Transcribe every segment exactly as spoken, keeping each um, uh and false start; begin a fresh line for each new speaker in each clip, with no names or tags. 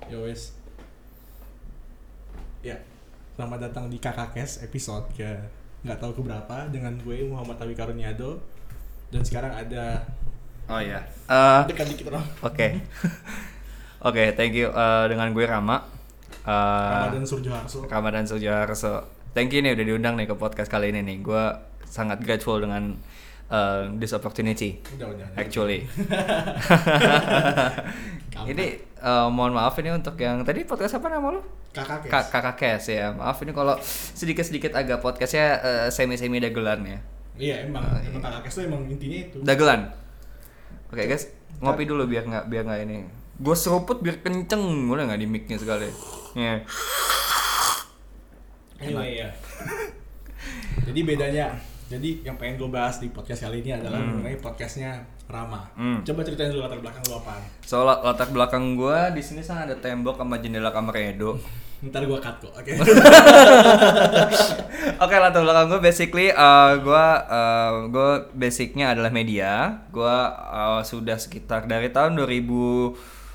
Ya wes. Ya, selamat datang di Kakak Kes episode ke nggak tahu keberapa dengan gue Muhammad Tawi Karuniado dan sekarang ada
Oh iya. Uh,
dekat dikit orang.
Oke. Oke, thank you. Uh, dengan gue Rama. Uh,
Ramadan Surjoharso.
Ramadan Surjoharso. Thank you nih udah diundang nih ke podcast kali ini nih. Gue sangat grateful dengan uh, this opportunity.
Udah udah.
Actually. Ini uh, mohon maaf ini untuk yang tadi podcast apa nama lu?
Kakak Kes.
Ka- Kakak Kes ya. Maaf ini kalau sedikit-sedikit agak podcastnya uh, semi-semi dagelan ya.
Iya emang, uh, emang Kakak Kes tuh emang intinya itu.
Dagelan. Oke okay, guys, ngopi dulu biar nggak biar nggak ini. Gue seruput biar kenceng, boleh nggak di mic-nya sekali? Ya.
Anyway ya. Jadi bedanya, jadi yang pengen gue bahas di podcast kali ini adalah hmm. mengenai podcastnya Rama. Hmm. Coba ceritain dulu latar belakang lu apaan.
So latar belakang gue di sini sana ada tembok sama jendela kamar Edo.
Ntar gue cut kok, oke? Okay?
Oke, okay, latar belakang gue basically, uh, gue uh, gue basicnya adalah media. Gue uh, sudah sekitar dari tahun dua ribu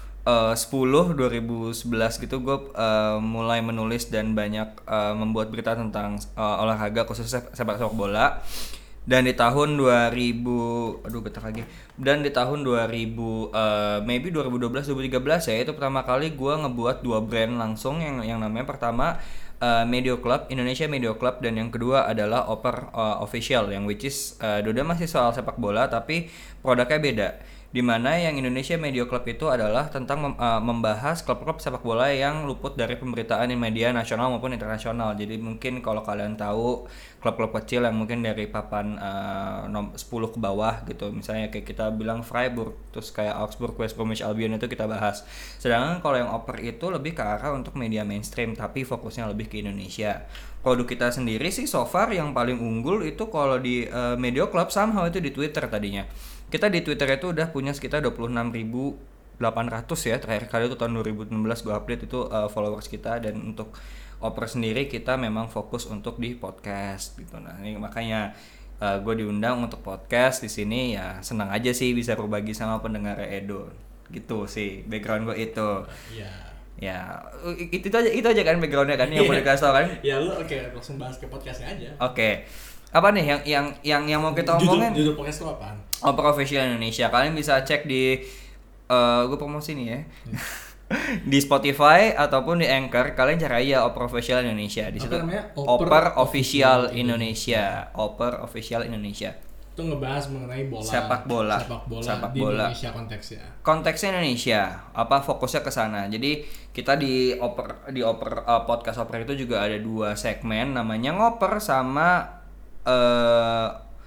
sepuluh dua ribu sebelas gitu gue uh, mulai menulis dan banyak uh, membuat berita tentang uh, olahraga khususnya sepak sepak bola. Dan di tahun dua ribu aduh getar lagi. Dan di tahun dua ribu uh, maybe dua ribu dua belas dua ribu tiga belas ya itu pertama kali gue ngebuat dua brand langsung yang yang namanya pertama uh, Medio Club, Indonesia Medio Club, dan yang kedua adalah Oper uh, Official yang which is uh, dua masih soal sepak bola tapi produknya beda. Di mana yang Indonesia Medio Club itu adalah tentang mem, uh, membahas klub-klub sepak bola yang luput dari pemberitaan di media nasional maupun internasional. Jadi mungkin kalau kalian tahu klub-klub kecil yang mungkin dari papan uh, nom- sepuluh ke bawah gitu, misalnya kayak kita bilang Freiburg, terus kayak Augsburg, West Bromwich Albion itu kita bahas. Sedangkan kalau yang Oper itu lebih ke arah untuk media mainstream tapi fokusnya lebih ke Indonesia. Produk kita sendiri sih so far yang paling unggul itu kalau di uh, Medio Club somehow itu di Twitter tadinya. Kita di Twitter itu udah punya sekitar dua puluh enam ribu delapan ratus ya, terakhir kali itu tahun dua ribu enam belas gue update itu uh, followers kita. Dan untuk Oper sendiri kita memang fokus untuk di podcast gitu. Nah ini makanya uh, gue diundang untuk podcast di sini ya, senang aja sih bisa berbagi sama pendengar Edo gitu sih, background gue itu.
Iya.
Ya itu, itu aja itu aja kan backgroundnya kan yang boleh kasih tau kan?
Ya lu oke okay, langsung bahas ke podcastnya aja.
Oke. Okay. Apa nih yang yang yang yang mau kita omongin?
Judul, judul podcast lu apaan?
Oper Official Indonesia. Kalian bisa cek di uh, gue promosi nih ya. Hmm. Di Spotify ataupun di Anchor, kalian cari aja Oper Official Indonesia. Di situ Oper, Oper Official Indonesia. Oper Official Indonesia.
Itu ngebahas mengenai bola.
Sepak bola.
Sepak bola
Sepak
di
bola.
Indonesia konteksnya.
Konteksnya Indonesia. Apa fokusnya ke sana. Jadi kita di Oper di Oper uh, podcast Oper itu juga ada dua segmen namanya ngoper sama Uh,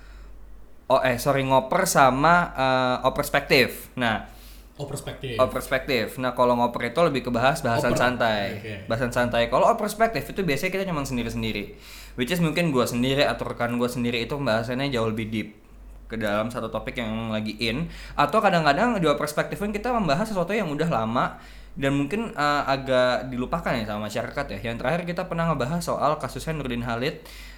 oh eh sorry ngoper sama uh, operspektif. Nah,
operspektif.
Operspektif. Nah, kalau ngoper itu lebih ke bahas bahasan Oper. santai. Okay. Bahasan santai. Kalau operspektif itu biasanya kita cuma sendiri-sendiri. Which is mungkin gue sendiri atau rekan gue sendiri itu pembahasannya jauh lebih deep ke dalam satu topik yang lagi in. Atau kadang-kadang di operspektifnya kita membahas sesuatu yang udah lama dan mungkin uh, agak dilupakan ya sama masyarakat ya. Yang terakhir kita pernah ngebahas soal kasusnya Nurdin Halid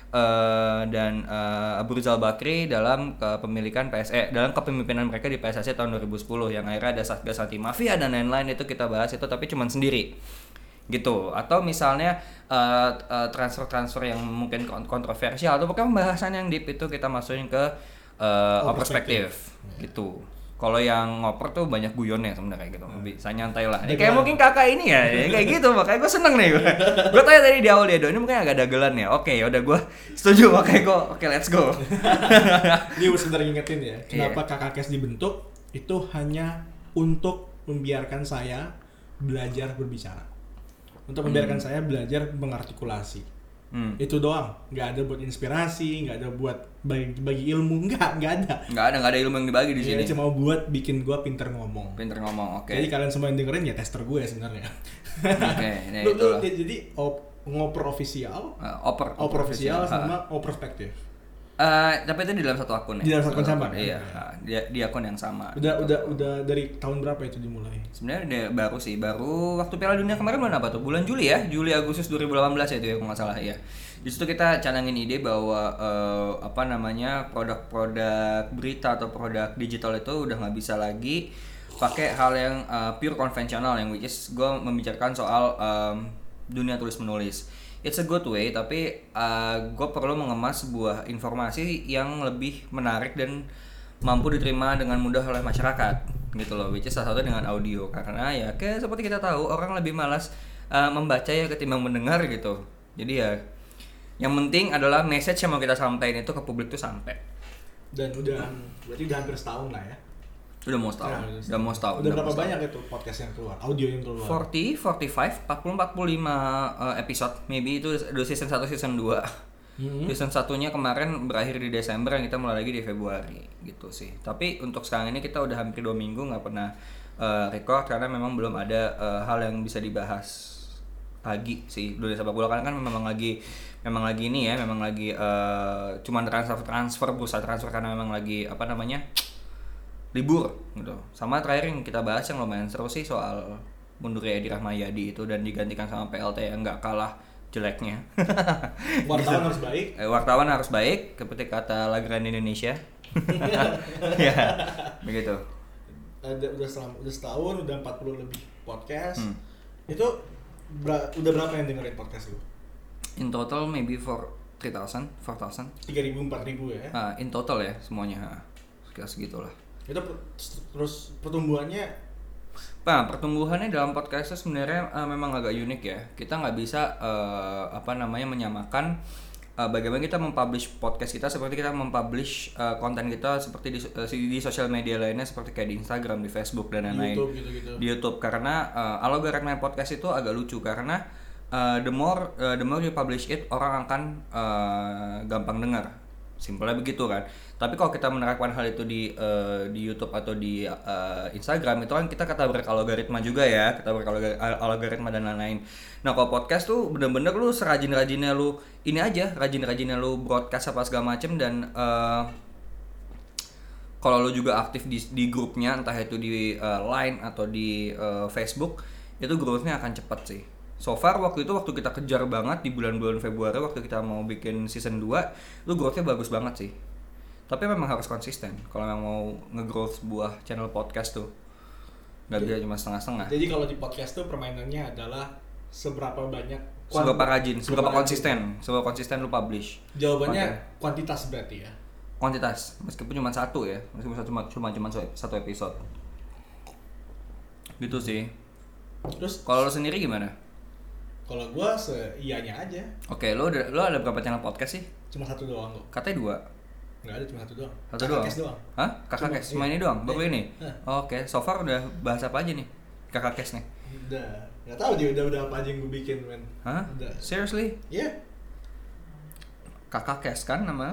Uh, dan uh, Abu Rizal Bakri dalam kepemilikan P S E dalam kepemimpinan mereka di P S S I tahun dua ribu sepuluh yang akhirnya ada Satgas Anti Mafia dan lain-lain. Itu kita bahas itu tapi cuma sendiri gitu. Atau misalnya uh, uh, transfer-transfer yang mungkin kontroversial atau bukan pembahasan yang deep itu kita masukin ke uh, oh, perspektif yeah. Gitu. Kalau yang ngoper tuh banyak guyonnya sebenarnya gitu, bisa nyantai lah. Ini kayak mungkin kakak ini ya, ya kayak gitu, makanya gue seneng nih. Gue tanya tadi di awal dia, do ini mungkin agak dagelan ya. Oke, yaudah gue setuju, makanya gue oke okay, let's go.
Ini harus sebentar ngingetin ya, kenapa yeah. Kakak Kes dibentuk itu hanya untuk membiarkan saya belajar berbicara, untuk membiarkan hmm. saya belajar mengartikulasi. Hmm. Itu doang, nggak ada buat inspirasi, nggak ada buat bagi, bagi ilmu, nggak nggak ada.
Nggak ada nggak ada ilmu yang dibagi di sini.
Cuma buat bikin gue pinter ngomong.
Pinter ngomong, oke. Okay.
Jadi kalian semua yang dengerin ya tester gue sebenarnya.
Oke, okay, nah
lu,
itulah.
Lu, jadi op, ngoper official,
uh, oper,
oper official sama uh. operspektif.
Uh, tapi itu di dalam satu akun ya.
Di dalam satu akun sama.
Iya, di, di akun yang sama.
Udah gitu. udah udah dari tahun berapa itu dimulai?
Sebenarnya udah baru sih, baru waktu Piala Dunia kemarin bulan apa tuh? Bulan Juli ya, Juli Agustus dua ribu delapan belas ya itu ya kalau nggak salah ya. Di situ kita canangin ide bahwa uh, apa namanya produk-produk berita atau produk digital itu udah nggak bisa lagi pakai hal yang uh, pure konvensional yang which is gue membicarakan soal um, dunia tulis menulis. It's a good way, tapi uh, gue perlu mengemas sebuah informasi yang lebih menarik dan mampu diterima dengan mudah oleh masyarakat gitu loh, which is salah satu dengan audio, karena ya kayak seperti kita tahu orang lebih malas uh, membaca ya ketimbang mendengar gitu. Jadi ya yang penting adalah message yang mau kita sampaikan itu ke publik tuh sampai.
Dan udah berarti udah hampir setahun lah ya.
Udah mau setahun.
Ya,
udah mau setahun.
Udah
udah
berapa
mau
banyak itu podcast yang keluar, audio yang keluar?
empat puluh, empat puluh lima, empat puluh, empat puluh lima uh, episode. Maybe itu udah season satu, season dua. Mm-hmm. Season satunya kemarin berakhir di Desember, yang kita mulai lagi di Februari gitu sih. Tapi untuk sekarang ini kita udah hampir dua minggu nggak pernah uh, record karena memang belum ada uh, hal yang bisa dibahas lagi sih. Dunia sepak bola kan kan memang lagi memang lagi ini ya, memang lagi uh, cuman transfer transfer bursa transfer karena memang lagi apa namanya libur gitu. Sama terakhir yang kita bahas yang lumayan seru sih soal mundurnya Edi Rahmayadi itu dan digantikan sama P L T yang nggak kalah jeleknya.
Wartawan harus baik.
Eh, wartawan harus baik, seperti kata Lagrand Indonesia. Ya, begitu.
Ada udah selama udah setahun, udah empat puluh lebih podcast.
Hmm.
Itu ber- udah berapa yang dengerin podcast lu?
In total maybe for three thousand, four thousand.
tiga ribu, empat ribu ya?
Uh, in total ya semuanya. Sekitar segitulah.
Itu per- terus pertumbuhannya.
Nah, pertumbuhannya dalam podcast itu sebenarnya uh, memang agak unik ya. Kita nggak bisa uh, apa namanya menyamakan uh, bagaimana kita mempublish podcast kita seperti kita mempublish uh, konten kita seperti di, uh, di sosial media lainnya seperti kayak di Instagram, di Facebook dan lain-lain.
YouTube gitu-gitu.
Di YouTube karena uh, algoritma podcast itu agak lucu karena uh, the more uh, the more you publish it, orang akan uh, gampang dengar. Simpelnya begitu kan. Tapi kalau kita menerapkan hal itu di uh, di YouTube atau di uh, Instagram itu kan kita ketabrak algoritma juga ya, ketabrak algoritma dan lain-lain. Nah kalau podcast tuh bener-bener lu serajin-rajinnya lu ini aja, rajin-rajinnya lu broadcast apa segala macem dan uh, kalau lu juga aktif di di grupnya entah itu di uh, Line atau di uh, Facebook itu growth-nya akan cepat sih. So far waktu itu waktu kita kejar banget di bulan-bulan Februari waktu kita mau bikin season dua, lu growth-nya bagus banget sih. Tapi memang harus konsisten kalau memang mau nge-growth sebuah channel podcast tuh. Nggak bisa cuma setengah-setengah.
Jadi kalau di podcast tuh permainannya adalah seberapa banyak
seberapa rajin, seberapa konsisten, seberapa konsisten lu publish.
Jawabannya
okay.
Kuantitas berarti ya.
Kuantitas, meskipun cuma satu ya, meskipun cuma cuma cuma satu episode. Gitu sih.
Terus
kalau lu sendiri gimana?
Kalau gua seianya aja.
Oke, okay, lo ada lo ada berapa channel podcast sih?
Cuma satu doang kok.
Katanya dua.
Enggak ada, cuma satu doang.
Satu doang.
Kakak doang.
Hah? Kakak Kes. Cuma ini doang. Baru
iya.
ini. Oh, Oke, okay. So far udah bahas apa aja nih? Kakak Kes nih.
Udah. Enggak tahu dia udah udah apa aja yang gue bikin, men.
Hah?
Udah.
Seriously?
Iya. Yeah.
Kakak Kes kan nama?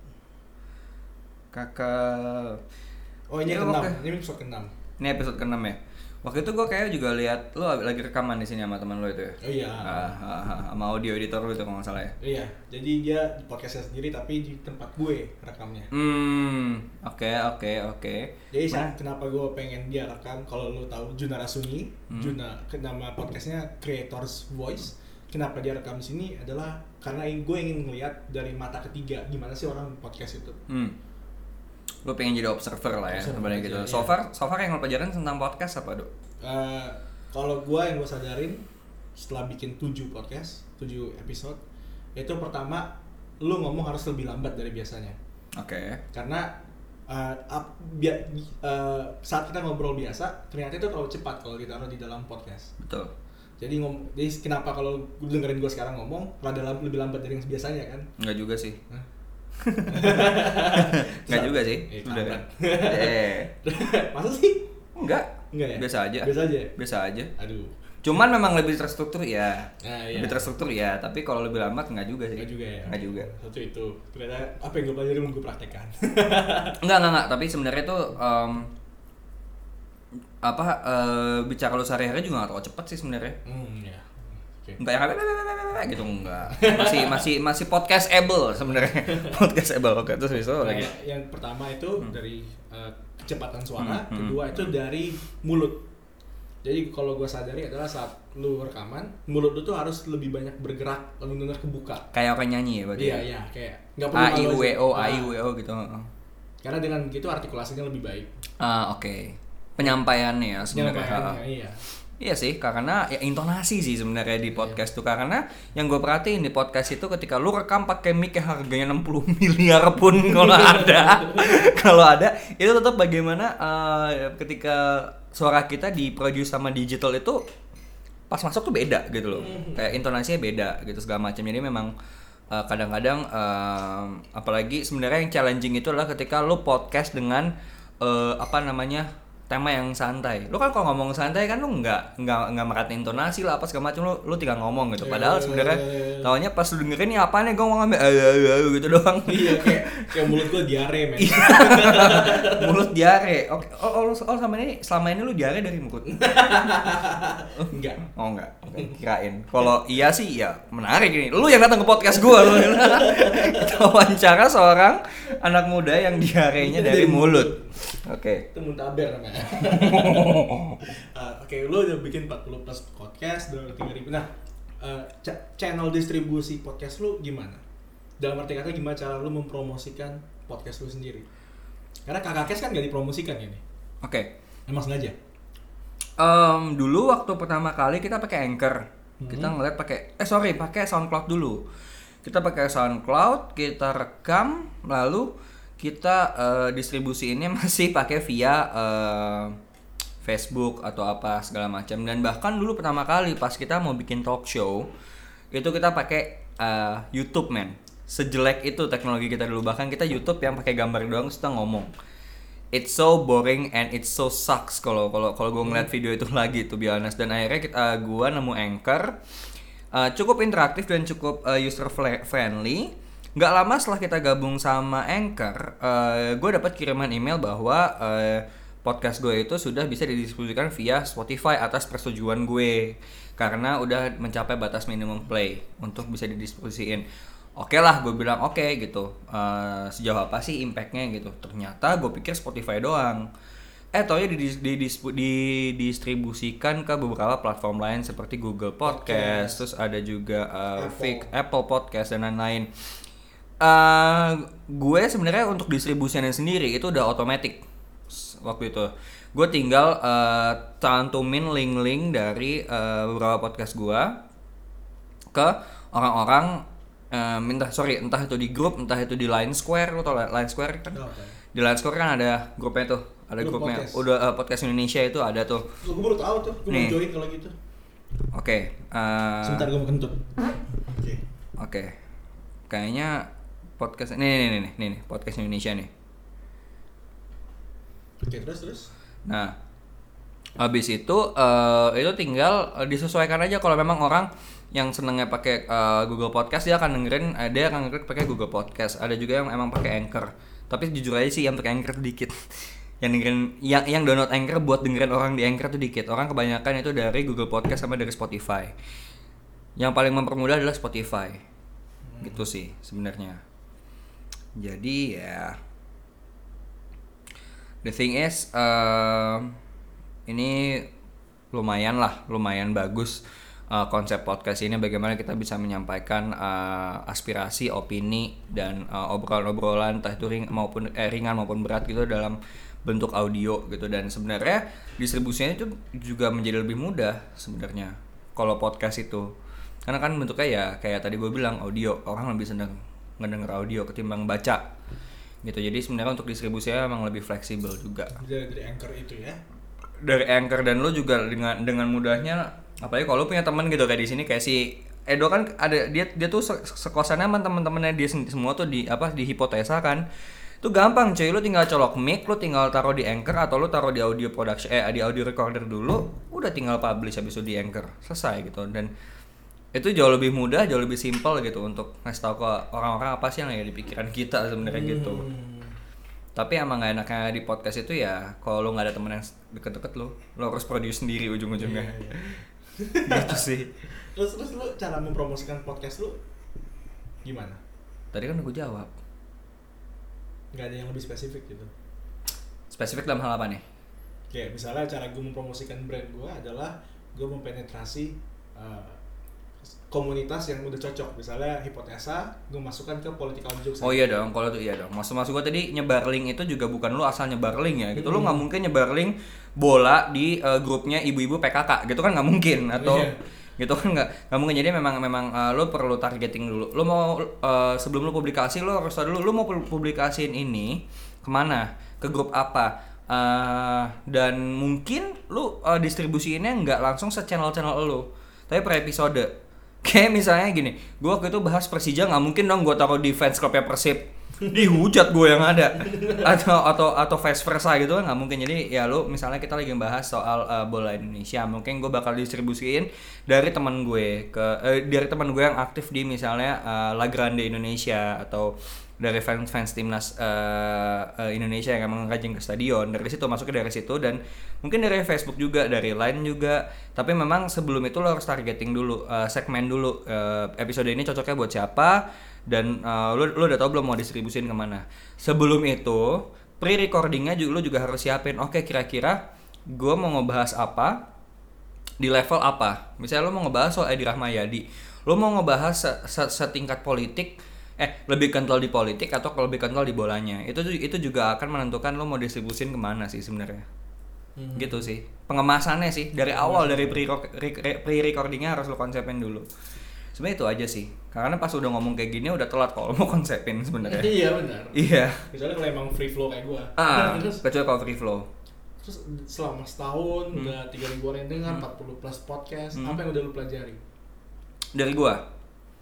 Kakak.
Oh, ini
ya,
keenam.
okay.
Ini episode keenam.
Ini episode keenam ya. Waktu itu gue kayak juga lihat lo lagi rekaman di sini sama teman lo itu ya.
Oh iya.
Ah, ah, ah, sama audio editor lo itu kalau nggak salah ya.
Iya. Jadi dia di podcastnya sendiri tapi di tempat gue rekamnya.
Hmm. Oke okay, oke okay, oke. Okay.
Jadi nah. Kenapa gue pengen dia rekam? Kalau lo tahu Juna Rasuni, hmm. Juna nama podcastnya Creators Voice. Kenapa dia rekam di sini adalah karena gue ingin melihat dari mata ketiga gimana sih orang podcast itu.
Hmm. Lo pengen jadi observer lah ya sebenarnya gitu. So far, so far yang lo pelajarin tentang podcast apa, Dok?
Uh, kalau gue yang gue sadarin setelah bikin tujuh podcast, tujuh episode, itu pertama lo ngomong harus lebih lambat dari biasanya.
Oke. Okay.
Karena uh, up, bi- uh, saat kita ngobrol biasa, ternyata itu terlalu cepat kalau ditaruh di dalam podcast.
Betul.
Jadi ngom- jadi kenapa kalau lu dengerin gue sekarang ngomong rada lebih lambat dari yang biasanya kan?
Enggak juga sih.
Hah?
Enggak juga sih.
Eh,
udah. Eh.
Masa sih?
Enggak.
Enggak ya?
Biasa aja.
Biasa aja.
Biasa aja.
Aduh.
Cuman memang lebih terstruktur ya.
Nah, iya.
Lebih terstruktur ya, tapi kalau lebih lambat enggak juga sih.
Enggak juga ya.
Enggak juga.
Satu itu. Ternyata apa yang gue pelajari mau gue praktekkan.
Enggak, enggak, enggak, tapi sebenarnya tuh um, apa uh, bicara lu sehari-hari juga enggak terlalu cepat sih sebenarnya.
Hmm, ya. Okay.
Enggak yang gitu enggak. Masih masih masih podcastable sebenarnya. Podcastable. Oke, terus besok
Nah,
lagi.
yang pertama itu hmm. dari uh, kecepatan suara,
hmm, hmm.
kedua itu dari mulut. Jadi kalau gue sadari adalah saat lu rekaman, mulut lu tuh harus lebih banyak bergerak, benar-benar kebuka.
Kayak orang nyanyi ya berarti.
Iya,
ya?
iya, kayak enggak perlu
A I U E O, A
ah.
I U E O gitu.
Karena dengan gitu artikulasinya lebih baik.
Ah, oke. Okay. penyampaiannya ya sebenarnya.
Penyampaiannya, iya.
Iya sih, karena ya intonasi sih sebenarnya di podcast tuh. Karena yang gue perhatiin di podcast itu ketika lu rekam pakai mic yang harganya enam puluh miliar pun kalau ada, kalau ada itu tetap bagaimana uh, ketika suara kita diproduce sama digital itu pas masuk tuh beda gitu loh. Kayak intonasinya beda gitu segala macam. Jadi memang uh, kadang-kadang uh, apalagi sebenarnya yang challenging itu adalah ketika lu podcast dengan uh, apa namanya? tema yang santai. Lu kan kalau ngomong santai kan lu nggak nggak nggak merhatiin intonasi lah apa segala macam, lu lu tinggal ngomong gitu. Padahal sebenarnya taunya pas lu dengerin ini apa nih gue ngomong ngambil gitu doang.
Iya kayak kayak mulut gue diare men.
Mulut diare. Oke. Oh, oh, oh sama ini selama ini lu diare dari mulut?
Enggak.
Oh enggak. Oke, kirain. Kalau iya sih ya menarik ini. Lu yang datang ke podcast gua lu. Kita wawancara seorang anak muda yang diarenya dari mulut. Oke.
Itu muntaber namanya. uh, Oke, okay, lu udah bikin empat puluh plus podcast, udah tiga ribu. Nah, uh, c- channel distribusi podcast lu gimana? Dalam arti kata gimana cara lu mempromosikan podcast lu sendiri? Karena Kakak Kes kan gak dipromosikan ini.
Oke. Okay.
Emang sengaja?
Um, dulu waktu pertama kali kita pakai Anchor. Hmm. Kita ngeliat pakai eh sorry, pakai SoundCloud dulu. Kita pakai SoundCloud, kita rekam, lalu kita uh, distribusi ini masih pakai via uh, Facebook atau apa segala macam. Dan bahkan dulu pertama kali pas kita mau bikin talk show itu kita pakai uh, YouTube men. Sejelek itu teknologi kita dulu, bahkan kita YouTube yang pakai gambar doang kita ngomong. It's so boring and it so sucks kalau kalau kalau gue ngeliat video itu lagi tuh be honest. Dan akhirnya kita uh, gue nemu Anchor uh, cukup interaktif dan cukup uh, user friendly. Nggak lama setelah kita gabung sama Anchor, uh, gue dapat kiriman email bahwa uh, podcast gue itu sudah bisa didistribusikan via Spotify atas persetujuan gue karena udah mencapai batas minimum play untuk bisa didistribusiin. Oke lah, gue bilang oke okay, gitu. Uh, sejauh apa sih impactnya gitu? Ternyata gue pikir Spotify doang. Eh, taunya didistribusikan ke beberapa platform lain seperti Google Podcast, okay. Terus ada juga uh, Apple. Apple Podcast dan lain-lain. Uh, gue sebenarnya untuk distribusinya sendiri itu udah otomatis waktu itu. Gue tinggal uh, cantumin link-link dari uh, beberapa podcast gue ke orang-orang, uh, entah sorry entah itu di grup, entah itu di Line Square. Lo tau Line Square kan? Oh, okay. Di Line Square kan ada grupnya tuh, ada grup grupnya. Podcast. Udah uh, podcast Indonesia itu ada tuh.
Gue baru tahu tuh, gue mau join kalau gitu.
Oke. Okay, uh,
Sebentar gue mau kentut. Oke.
Okay. Oke. Okay. Kayaknya podcast nih nih nih nih nih podcast Indonesia nih.
Oke, terus terus.
Nah, habis itu uh, itu tinggal uh, disesuaikan aja. Kalau memang orang yang senengnya pakai uh, Google Podcast dia akan dengerin, uh, dia akan dengerin pakai Google Podcast. Ada juga yang emang pakai Anchor. Tapi jujur aja sih yang pakai Anchor dikit. yang dengerin yang yang download Anchor buat dengerin orang di Anchor tuh dikit. Orang kebanyakan itu dari Google Podcast sama dari Spotify. Yang paling mempermudah adalah Spotify. Hmm. Gitu sih sebenarnya. Jadi ya, the thing is, uh, ini lumayan lah, lumayan bagus uh, konsep podcast ini. Bagaimana kita bisa menyampaikan uh, aspirasi, opini, dan uh, obrolan-obrolan, entah itu ring, maupun eh, ringan maupun berat gitu dalam bentuk audio gitu. Dan sebenarnya distribusinya itu juga menjadi lebih mudah sebenarnya kalau podcast itu, karena kan bentuknya ya kayak tadi gue bilang audio, orang lebih senang ngedenger audio ketimbang baca gitu. Jadi sebenarnya untuk distribusinya emang lebih fleksibel juga
dari, dari Anchor itu ya,
dari Anchor. Dan lo juga dengan dengan mudahnya, apalagi kalau lo punya teman gitu kayak di sini kayak si Edo kan ada, dia dia tuh sekosannya sama teman-temannya dia semua tuh di apa di Hipotesa kan. Itu gampang cuy, lo tinggal colok mic, lo tinggal taruh di Anchor atau lo taruh di audio production eh di audio recorder dulu, udah tinggal publish habis itu di Anchor, selesai gitu. Dan itu jauh lebih mudah, jauh lebih simpel gitu untuk ngasih tahu ke orang-orang apa sih yang ada di pikiran kita sebenarnya hmm. gitu. Tapi emang gak enaknya di podcast itu ya kalau lo nggak ada temen yang deket-deket lo, lo harus produce sendiri ujung-ujungnya. Yeah, yeah. Gitu sih.
Terus terus lo cara mempromosikan podcast lo gimana?
Tadi kan gue jawab.
Gak ada yang lebih spesifik gitu.
Spesifik dalam hal apa nih?
Kayak misalnya cara gue mempromosikan brand gue adalah gue mempenetrasi uh, komunitas yang udah cocok, misalnya hipotesa gue masukkan ke political jokes.
Oh iya dong, kalau itu iya dong. Maksud-maksud gue tadi nyebar link itu juga bukan lu asal nyebar link ya gitu. Hmm. Lu nggak mungkin nyebar link bola di uh, grupnya ibu-ibu P K K gitu kan nggak mungkin, atau yeah. gitu kan nggak nggak mungkin. Jadi memang memang uh, lu perlu targeting dulu. Lu mau uh, sebelum lu publikasi lu harus tahu dulu lu mau publikasiin ini kemana, ke grup apa, uh, dan mungkin lu uh, distribusiinnya nggak langsung se-channel-channel lu, tapi per episode. Kayak misalnya gini, gue waktu itu bahas Persija, nggak mungkin dong gue taruh di fans klubnya Persib, dihujat gue yang ada, atau atau atau vice versa gitu kan nggak mungkin. Jadi ya lu misalnya kita lagi bahas soal uh, bola Indonesia, mungkin gue bakal distribusiin dari teman gue ke uh, dari teman gue yang aktif di misalnya uh, La Grande Indonesia, atau dari fans-fans timnas uh, uh, Indonesia yang emang rajin ke stadion. Dari situ masuknya dari situ, dan mungkin dari Facebook juga, dari Line juga. Tapi memang sebelum itu lo harus targeting dulu, uh, segmen dulu, uh, episode ini cocoknya buat siapa, dan uh, lo, lo udah tau belum mau distribusin kemana. Sebelum itu pre-recordingnya juga lo juga harus siapin, oke okay, kira-kira gue mau ngebahas apa di level apa. Misalnya lo mau ngebahas soal Edi Rahmayadi, lo mau ngebahas setingkat politik, eh lebih kental di politik atau lebih kental di bolanya, itu itu juga akan menentukan lo mau distribusin kemana sih sebenarnya. Hmm. Gitu sih pengemasannya sih dari awal, dari pre-recordingnya harus lo konsepin dulu. Sebenarnya itu aja sih, karena pas udah ngomong kayak gini udah telat kalau mau konsepin sebenarnya.
Iya benar.
Iya.
Kecuali kalau emang free flow kayak gua.
Ah, kecuali kalau free flow.
Terus selama setahun hmm. udah tiga ribu orang yang dengar, hmm. empat puluh plus podcast, hmm. apa yang udah lu pelajari? Dari
gua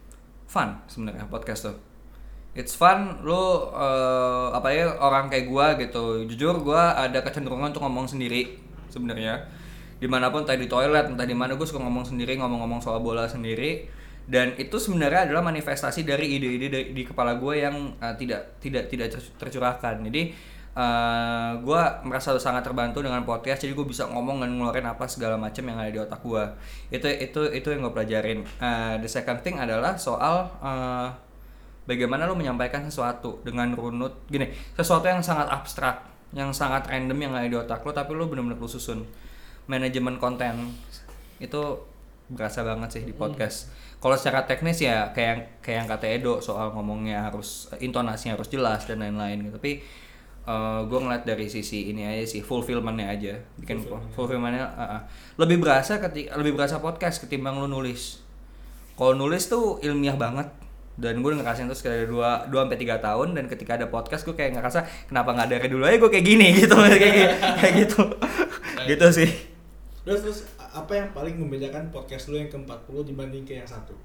fun sebenarnya podcast tuh. It's fun, lu uh, apa ya, orang kayak gua gitu. Jujur gua ada kecenderungan untuk ngomong sendiri sebenarnya. Dimanapun, entah di toilet, entah di mana, gua suka ngomong sendiri, ngomong-ngomong soal bola sendiri. Dan itu sebenarnya adalah manifestasi dari ide-ide di, di kepala gua yang uh, tidak tidak tidak tercurahkan. Jadi Uh, gue merasa sangat terbantu dengan podcast, jadi gue bisa ngomong dan ngeluarin apa segala macam yang ada di otak gue. Itu itu itu yang gue pelajarin. Uh, the second thing adalah soal uh, bagaimana lo menyampaikan sesuatu dengan runut. Gini, sesuatu yang sangat abstrak, yang sangat random yang ada di otak lo, tapi lo benar-benar lo susun. Manajemen konten itu berasa banget sih di podcast. Hmm. Kalau secara teknis ya kayak kayak yang kata Edo soal ngomongnya harus, intonasinya harus jelas dan lain-lain gitu. Tapi Uh, gue ngeliat dari sisi ini aja sih, fulfillment-nya aja, bikin fulfillment. fulfillment-nya uh, uh. lebih berasa ketika lebih berasa podcast ketimbang lu nulis. Kalau nulis tuh ilmiah banget, dan gue udah ngerasain terus kayak dua dua sampai tiga tahun, dan ketika ada podcast gue kayak ngerasa kenapa nggak dari dulu aja gue kayak gini gitu, kayak kayak gitu, gitu sih.
Terus terus apa yang paling membedakan podcast lu yang ke empat puluh dibanding ke yang satu?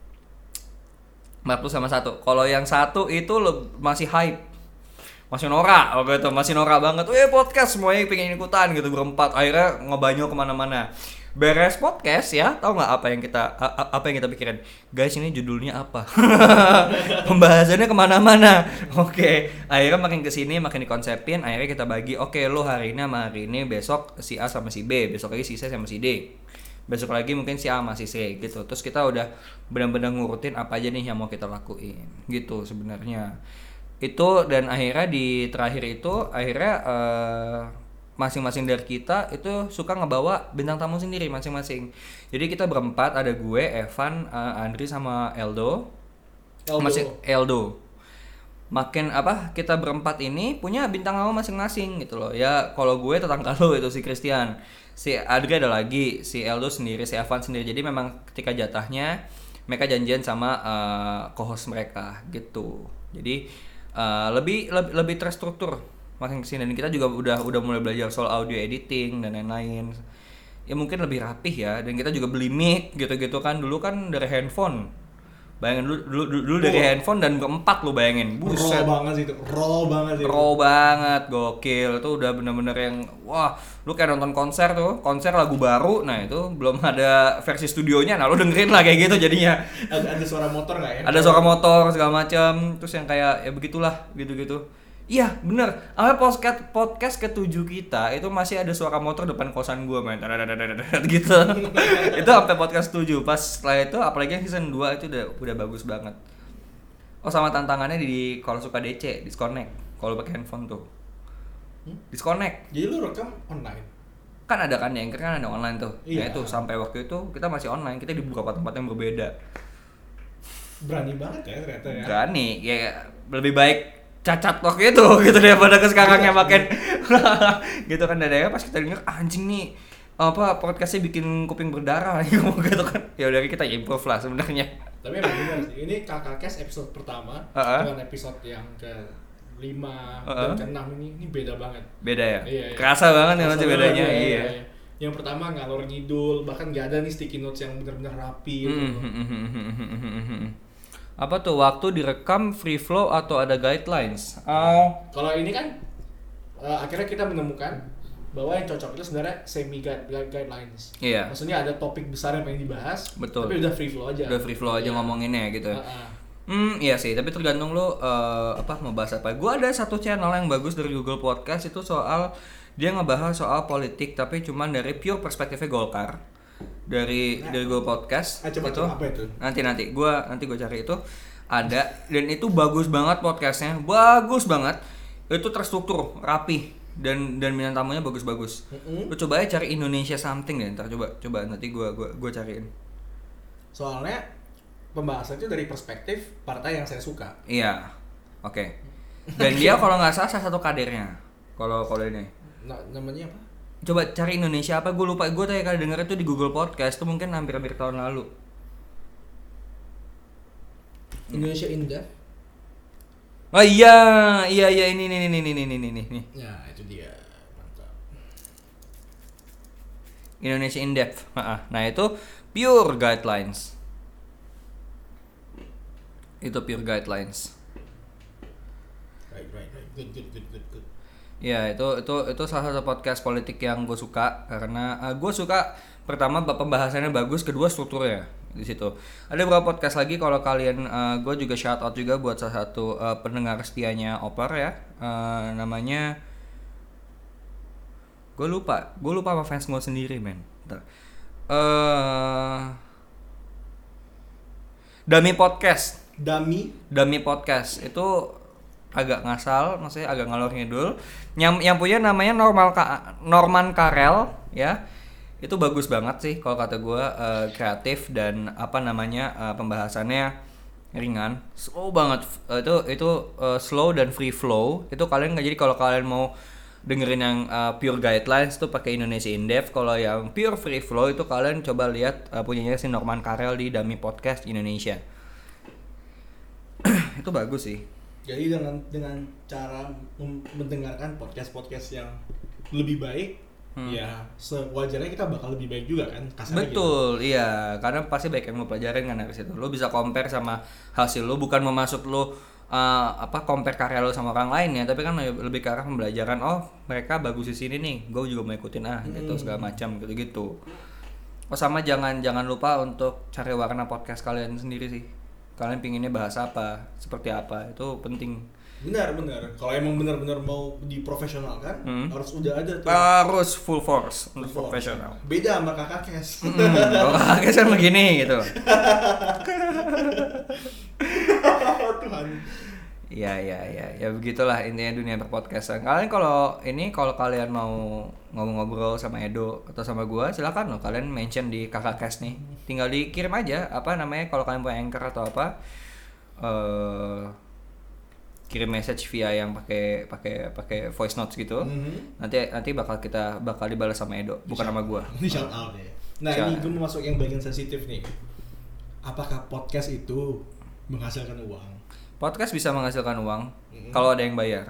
empat puluh sama satu. Kalau yang satu itu lo masih hype. Masih norak waktu itu, masih norak banget. Weh podcast semuanya pengen ikutan gitu berempat. Akhirnya ngebanyo kemana-mana. Beres podcast ya, tahu nggak apa yang kita apa yang kita pikirin? Guys, ini judulnya apa? Pembahasannya kemana-mana. Oke, akhirnya makin kesini makin dikonsepin. Akhirnya kita bagi. Oke, lo hari ini sama hari ini, besok si A sama si B, besok lagi si C sama si D, besok lagi mungkin si A sama si C gitu. Terus kita udah benar-benar ngurutin apa aja nih yang mau kita lakuin gitu sebenarnya. Itu, dan akhirnya di terakhir itu akhirnya uh, masing-masing dari kita itu suka ngebawa bintang tamu sendiri masing-masing. Jadi kita berempat, ada gue, Evan, uh, Andri sama Eldo.
Eldo.
Masih Eldo. Makin apa, kita berempat ini punya bintang tamu masing-masing gitu loh. Ya kalau gue tetangga lo itu si Christian, si Andri ada lagi, si Eldo sendiri, si Evan sendiri. Jadi memang ketika jatahnya mereka janjian sama uh, co-host mereka gitu. Jadi Uh, lebih lebih lebih terstruktur makin kesini, dan kita juga udah udah mulai belajar soal audio editing dan lain-lain. Ya mungkin lebih rapih ya, dan kita juga beli mic gitu-gitu kan. Dulu kan dari handphone. Bayangin dulu dulu, dulu oh. dari handphone dan berempat lu bayangin.
Buset. Raw banget sih itu. Raw banget sih.
Raw banget, gokil. Itu udah bener-bener yang wah, lu kayak nonton konser tuh, konser lagu baru. Nah, itu belum ada versi studionya. Nah, lu dengerin lah kayak gitu jadinya.
Ada, ada suara motor enggak ya?
Ada suara motor segala macam. Terus yang kayak ya begitulah, gitu-gitu. Iya, bener. Awalnya podcast podcast ketujuh kita itu masih ada suara motor depan kosan gua, main gitu. Itu sampai podcast tujuh. Pas setelah itu apalagi yang season dua itu udah udah bagus banget. Oh, sama tantangannya di kalau suka D C, disconnect. Kalau pakai handphone tuh. Hmm? Disconnect.
Jadi lu rekam online.
kan ada kan di Anchor kan ada online tuh.
Iya.
Nah itu sampai waktu itu kita masih online, kita di beberapa tempat yang berbeda.
Berani banget ya ternyata ya.
Berani, ya lebih baik cacat waktu itu gitu daripada ke sekarang yang makin gitu kan. Dadanya pas kita denger anjing nih apa podcastnya bikin kuping berdarah gitu kan. Ya udah kita improve lah sebenarnya.
Tapi emang benar sih. Ini Kakak Kes episode pertama
Uh-uh.
dengan episode yang ke lima
Uh-uh.
dan ke enam ini ini beda banget.
Beda ya?
Iya, iya.
Kerasa banget ya
Kerasa
masih
banget,
bedanya.
iya,
Iya.
iya, iya. Yang pertama ngalor ngidul, bahkan nggak ada nih sticky notes yang benar-benar rapi gitu.
Apa tuh waktu direkam free flow atau ada guidelines? Oh.
Kalau ini kan uh, akhirnya kita menemukan bahwa yang cocok itu sebenarnya semi guide, guide guidelines.
Iya.
Maksudnya ada topik besar yang pengen dibahas,
Betul.
tapi udah free flow aja.
Udah free flow aja
Iya.
ngomonginnya gitu.
Uh-uh.
Hmm, iya sih, tapi tergantung lu uh, apa mau bahas apa. Gua ada satu channel yang bagus dari Google Podcast itu soal dia ngebahas soal politik tapi cuman dari pure perspektifnya Golkar. Dari
Nah.
dari Google Podcast
Ah, coba
itu.
coba apa itu?
Nanti nanti gua nanti gua cari itu ada dan itu bagus banget podcastnya, bagus banget. Itu terstruktur, rapi dan dan bintang tamunya bagus-bagus.
Mm-mm.
Lu coba aja cari Indonesia something deh, ntar coba coba nanti gua gua gua cariin.
Soalnya pembahasan itu dari perspektif partai yang saya suka.
Iya, oke. Dan dia kalau nggak salah salah satu kadernya. Kalau kalau ini,
Nah, namanya apa?
coba cari Indonesia apa? Gue lupa. Gue tadi kali denger itu di Google Podcast. Itu mungkin hampir-hampir tahun lalu.
Indonesia Indah.
Oh iya, iya iya ini ini ini ini ini ini ini.
Ya, itu dia. Mantap.
Indonesia in depth. Nah itu pure guidelines. Itu pure guidelines.
Right, right, right. Good, good, good, good, good.
Ya itu itu itu salah satu podcast politik yang gue suka karena uh, gue suka pertama pembahasannya bagus, kedua strukturnya di situ. Ada beberapa podcast lagi kalau kalian uh, gue juga shout out juga buat salah satu uh, pendengar setianya Oper ya, uh, namanya gue lupa gue lupa sama fans gue sendiri men. Bentar. Uh, Dami Podcast.
Dami.
Dami Podcast itu agak ngasal, maksudnya agak ngalor ngidul. Yang yang punya namanya Normal Ka- Norman Karel ya. Itu bagus banget sih kalau kata gue, uh, kreatif dan apa namanya uh, pembahasannya ringan, slow banget. Uh, itu itu uh, slow dan free flow. Itu kalian nggak, jadi kalau kalian mau dengerin yang uh, pure guidelines itu pakai Indonesia in depth. Kalau yang pure free flow itu kalian coba lihat uh, punyanya si Norman Karel di Dami Podcast Indonesia. Itu bagus sih.
Jadi dengan dengan cara mem- mendengarkan podcast-podcast yang lebih baik, hmm. ya sewajarnya kita bakal lebih baik juga kan, kasarnya
Betul,
gitu.
iya. Karena pasti baik yang lo pelajarin kan dari situ. Lo bisa compare sama hasil lo, bukan memaksud lo uh, apa compare karya lo sama orang lain ya, tapi kan lebih ke arah pembelajaran. Oh, mereka bagus di sini nih, gue juga mau ikutin ah, gitu
Hmm.
segala macam gitu-gitu. Oh sama jangan jangan lupa untuk cari warna podcast kalian sendiri sih. Kalian pinginnya bahas apa, seperti apa, itu penting.
Benar, benar. Kalau emang benar-benar mau diprofesionalkan,
Hmm.
harus udah ada tuh.
Harus full force untuk
Full force.
profesional.
Beda sama kakak Kes.
Hmm, kalau kakak kan begini gitu.
Tuhan.
Iya iya iya ya begitulah intinya dunia berpodcastan. Kalian kalau ini kalau kalian mau ngobrol-ngobrol sama Edo atau sama gua silakan loh, kalian mention di Kakak Kes nih. Tinggal dikirim aja apa namanya kalau kalian punya Anchor atau apa, eh kirim message via yang pakai pakai pakai voice notes gitu.
Mhm.
Nanti nanti bakal kita bakal dibalas sama Edo, bukan sama gua.
Ini shout out ya. Nah,
Shout
ini
out.
gue mau masuk yang bagian sensitif nih. Apakah podcast itu menghasilkan uang?
Podcast bisa menghasilkan uang
Mm-hmm.
kalau ada yang bayar.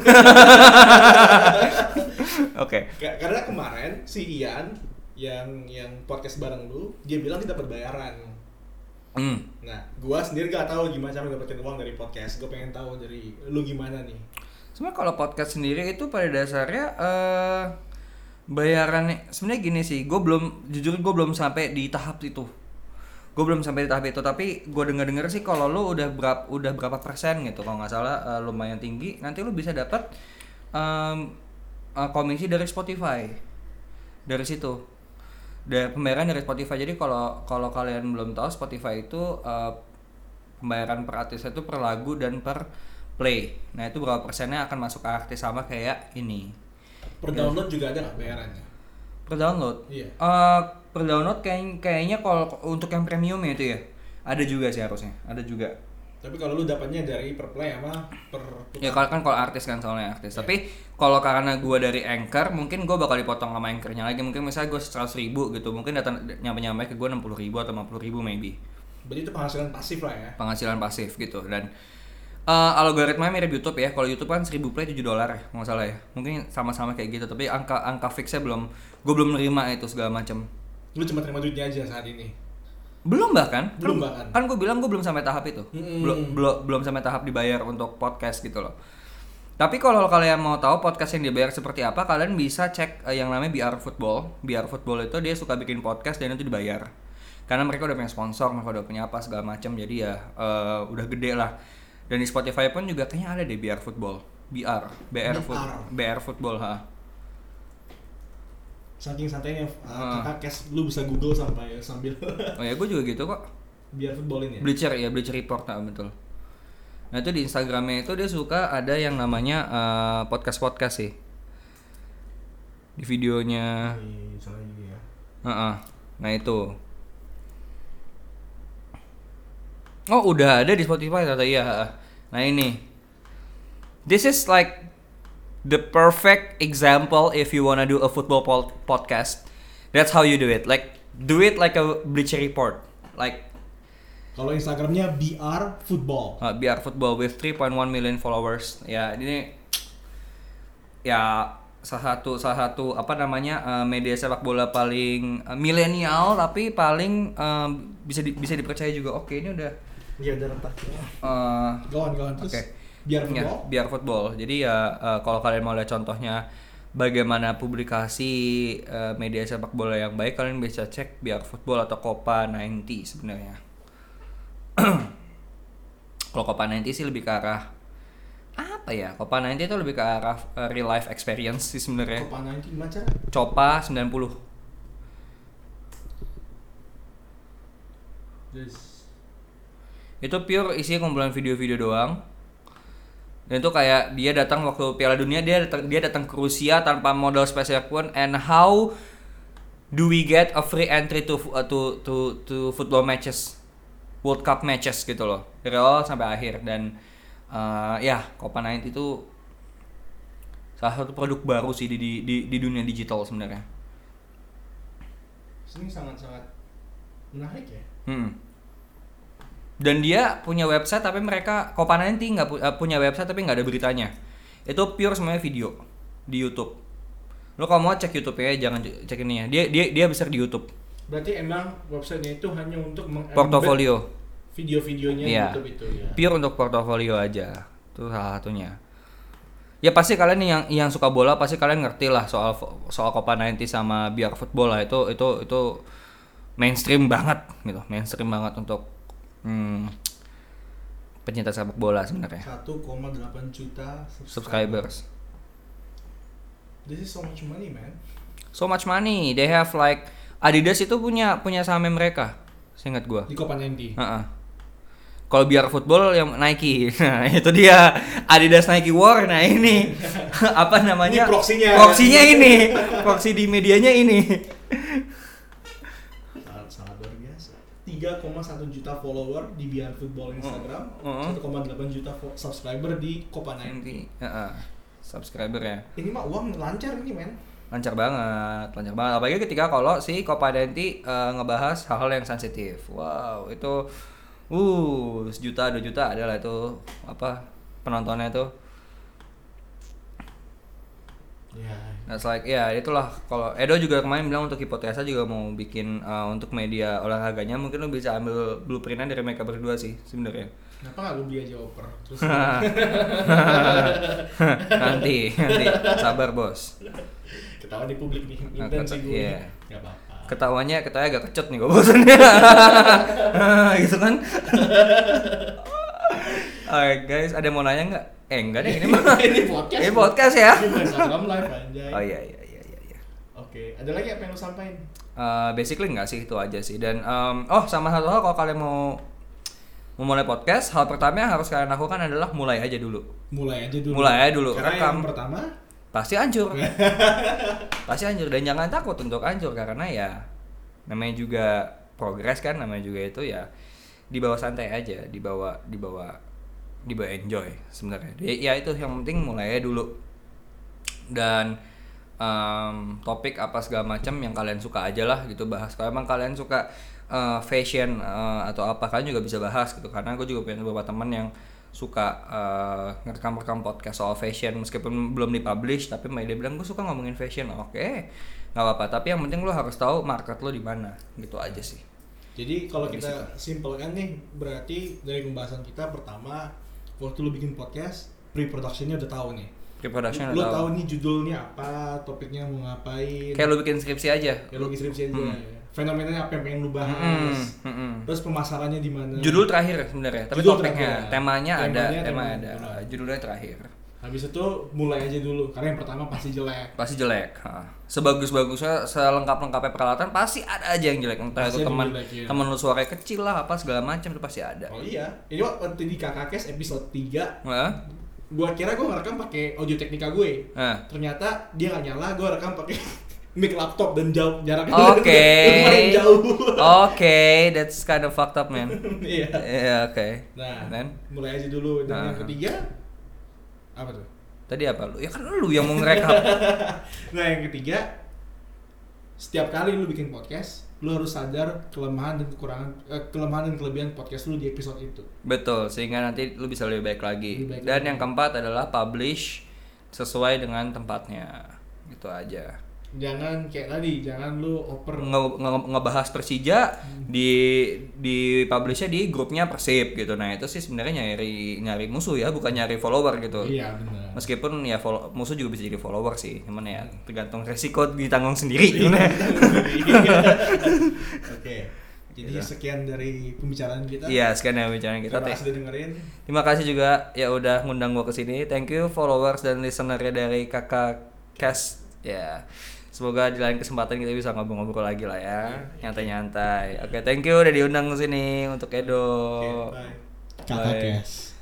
Oke.
Ka- Karena kemarin si Ian yang yang podcast bareng lu, dia bilang dia dapat bayaran.
Hmm.
Nah, gua sendiri gak tahu gimana cara dapetin uang dari podcast. Gue pengen tahu dari lu gimana nih.
Sebenarnya kalau podcast sendiri itu pada dasarnya eh bayarannya sebenarnya gini sih, gue belum jujur gue belum sampai di tahap itu. Gue belum sampai di tahap itu, tapi gue dengar-dengar sih kalau lo udah berapa udah berapa persen gitu, kalau nggak salah uh, lumayan tinggi, nanti lo bisa dapat um, uh, komisi dari Spotify dari situ, dari pembayaran dari Spotify. Jadi kalau kalau kalian belum tahu, Spotify itu uh, pembayaran per artis itu per lagu dan per play. Nah itu berapa persennya akan masuk ke artis, sama kayak ini.
Per download juga ada nggak bayarannya?
Per download.
Iya.
Uh, per download kayak kayaknya kalau untuk yang premium ya itu ya. Ada juga sih harusnya. Ada juga.
Tapi kalau lu dapatnya dari per play sama per putar.
Ya kalau kan kalau artis kan soalnya artis.
Yeah.
Tapi kalau karena gua dari Anchor, mungkin gua bakal dipotong sama Anchor-nya lagi. Mungkin misalnya gua seratus ribu gitu, mungkin datang nyampe-nyampe ke gua enam puluh ribu atau lima puluh ribu maybe.
Berarti itu penghasilan pasif lah ya.
Penghasilan pasif gitu. Dan uh, algoritma mirip YouTube ya. Kalau YouTube kan seribu play tujuh dolar ya, nggak salah ya. Mungkin sama-sama kayak gitu, tapi angka angka fixnya belum gua belum nerima itu segala macam.
Lu cuma terima duitnya aja saat ini.
Belum bahkan.
Belum
kan,
bahkan.
Kan gue bilang gue belum sampai tahap itu.
Hmm.
Belum belum belum sampai tahap dibayar untuk podcast gitu loh. Tapi kalau kalian mau tahu podcast yang dibayar seperti apa, kalian bisa cek uh, yang namanya B R Football. B R Football itu dia suka bikin podcast dan itu dibayar. Karena mereka udah punya sponsor, mereka udah punya apa segala macam. Jadi ya uh, udah gede lah. Dan di Spotify pun juga kayaknya ada deh B R Football. B R, B R Football, B R Football ha.
Saking santainya uh,
uh.
kakak Kes lu bisa Google sampai sambil.
Oh ya gue juga gitu kok.
Biar footballin ya.
Bleacher ya, Bleacher Report nah, betul. Nah itu di Instagramnya itu dia suka ada yang namanya uh, podcast-podcast sih. Di videonya.
Di salah juga ya.
Uh-uh. Nah itu. Oh udah ada di Spotify ternyata iya. Nah ini. This is like the perfect example if you wanna do a football pod- podcast. That's how you do it. Like do it like a Bleacher Report. Like
kalau Instagramnya B R Football.
Uh, B R Football with three point one million followers. Ya ini ya salah satu salah satu apa namanya uh, media sepak bola paling uh, milenial tapi paling uh, bisa di, bisa dipercaya juga. Oke ini udah.
Iya udah rentah.
Uh,
Go on, go on. Terus
okay.
biar football.
Ya, biar football. Jadi ya uh, kalau kalian mau lihat contohnya bagaimana publikasi uh, media sepak bola yang baik, kalian bisa cek biar football atau Copa sembilan puluh sebenarnya. Kalau Copa sembilan puluh sih lebih ke arah apa ya? Copa sembilan puluh itu lebih ke arah uh, real life experience sih sebenarnya.
Copa sembilan puluh gimana cara?
Copa sembilan puluh.
Yes.
Itu pure isinya kumpulan video-video doang. Dan itu kayak dia datang waktu Piala Dunia, dia datang dia datang ke Rusia tanpa modal spesial pun, and how do we get a free entry to uh, to to to football matches, World Cup matches gitu loh, dari awal sampai akhir. Dan uh, ya Copa sembilan puluh itu salah satu produk baru sih di di di, di dunia digital sebenarnya.
Ini sangat-sangat menarik ya.
Hmm. Dan dia punya website tapi mereka Copa sembilan puluh nggak pu- uh, punya website tapi nggak ada beritanya. Itu pure semuanya video di YouTube. Lo kalau mau cek YouTube-nya jangan cek ininya. Dia dia dia besar di YouTube.
Berarti emang websitenya itu hanya untuk meng-embed
Portofolio.
video-videonya di
Iya.
YouTube itu ya.
Pure untuk portofolio aja. Itu salah satunya. Ya pasti kalian yang yang suka bola pasti kalian ngerti lah soal soal Copa sembilan puluh sama B R Football lah. Itu itu itu mainstream banget gitu. Mainstream banget untuk Hmm, pencinta sepak bola sebenarnya.
satu koma delapan juta
Subscribers.
This is so much money, man.
So much money. They have like Adidas itu punya punya saham mereka. Seingat gua.
Di Copa sembilan puluh.
Heeh. Kalau biar football yang Nike. Nah, itu dia Adidas Nike War. Nah, ini apa namanya?
Ini proksinya.
Proksinya ini. Proksi di medianya ini.
Sangat luar biasa. tiga koma satu juta follower di B R Football Instagram,
Uh-huh.
satu koma delapan juta fo- subscriber di Copa sembilan puluh.
Nanti, heeh. Subscriber ya.
Ini mah uang lancar ini, men.
Lancar banget, lancar banget. Apalagi ketika kalau si Copa Denti uh, ngebahas hal-hal yang sensitif. Wow, itu uh sejuta dua juta adalah itu apa penontonnya itu.
Ya.
That's like ya itulah kalau Edo juga kemarin bilang untuk hipotesa juga mau bikin uh, untuk media olahraganya mungkin lo bisa ambil blueprintnya dari mereka berdua sih sebenarnya.
Kenapa nggak lu beli aja oper? Terus
nanti nanti sabar bos.
ketahuan di publik nih,
Nah,
intens
kata-
sih gue.
iya.
Nggak apa-apa.
Ketawanya ketawanya agak kecut nih gue bosannya. Gitu kan. Oke guys, ada yang mau nanya nggak? Eh enggak deh ini mah.
Ini podcast.
Ini podcast ya.
Ini bukan Instagram live anjay.
Oh iya iya iya iya. iya.
Oke, ada lagi apa yang lu sampaikan?
Uh, basically enggak sih itu aja sih dan um, oh sama satu hal kalau kalian mau memulai podcast hal pertama yang harus kalian lakukan adalah mulai aja dulu.
Mulai aja dulu.
Mulai aja dulu.
Karena
Rekam.
yang pertama
pasti hancur. Pasti hancur, dan jangan takut untuk hancur karena ya namanya juga progres kan, namanya juga itu ya dibawa santai aja, dibawa dibawa dibawa enjoy sebenarnya. Ya itu yang penting mulai dulu. Dan um, topik apa segala macam yang kalian suka aja lah gitu bahas. Kalau emang kalian suka uh, fashion uh, atau apa, kalian juga bisa bahas gitu, karena gue juga punya beberapa teman yang suka uh, ngerekam-rekam podcast soal fashion meskipun belum dipublish, tapi dia bilang gue suka ngomongin fashion. Oke, okay, nggak apa-apa, tapi yang penting lo harus tahu market lo di mana, gitu aja sih.
Jadi kalau kita simpelkan nih, berarti dari pembahasan kita pertama, waktu lu bikin podcast, pre-productionnya udah tahu nih.
Pre-production
lu,
udah
lu
tahu.
tahu nih judulnya apa, topiknya mau ngapain.
Kayak lu bikin skripsi aja.
Kayak lu bikin skripsi aja.
Hmm.
Fenomenanya apa yang pengen lu bahas.
Hmm, hmm, hmm.
Terus pemasarannya di mana.
Judul terakhir sebenarnya, tapi
Judul
topiknya,
terakhir.
temanya,
Temanya,
ada, tema
tema
ada.
benar.
Judulnya terakhir.
Habis itu mulai aja dulu, karena yang pertama pasti jelek.
Pasti jelek. Ha. Sebagus-bagusnya, selengkap-lengkapnya peralatan pasti ada aja yang jelek. Entah
Pasti
itu
ada
teman
jelek, iya.
teman lu suaranya kecil lah, apa segala macam itu pasti ada.
Oh iya, ini waktu di Kakakes episode tiga,
Hah?
gua kira gua ngerekam pakai audio teknika gue.
Nah.
Ternyata dia nggak nyala, gua rekam pakai mic laptop dan jauh jaraknya
Oke.
lumayan jauh.
Oke, that's kind of fucked up, man.
Iya.
Iya, oke.
Nah,
Dan
mulai aja dulu. Dan
Nah.
yang ketiga apa tuh?
tadi apa lu? Ya kan lu yang mau ngerekap.
Nah, yang ketiga, setiap kali lu bikin podcast, lu harus sadar kelemahan dan kekurangan, eh, kelemahan dan kelebihan podcast lu di episode itu.
Betul, sehingga nanti lu bisa lebih baik lagi.
Lebih baik
Dan
lagi.
yang keempat adalah publish sesuai dengan tempatnya. Gitu aja.
Jangan kayak tadi, jangan lu oper.
Nge- nge- ngebahas Persija di di publishnya di grupnya Persib gitu. Nah, itu sih sebenarnya nyari nyari musuh ya, bukan nyari follower gitu.
Iya, benar.
Meskipun ya follow, musuh juga bisa jadi follower sih, cuman ya tergantung resiko ditanggung sendiri.
Iya.
Gimana?
Oke. Jadi
Gitu.
sekian dari pembicaraan kita.
Iya, sekian ya bicara kita.
Terima kasih udah dengerin.
Terima kasih juga ya udah ngundang gua ke sini. Thank you followers dan listener-nya dari Kakak Cast. Ya. Semoga di lain kesempatan kita bisa ngobrol-ngobrol lagi lah ya. Nyantai-nyantai. Oke, thank you udah diundang ke sini untuk Edo.
Oke, bye. Kakak
Bye.
Kes.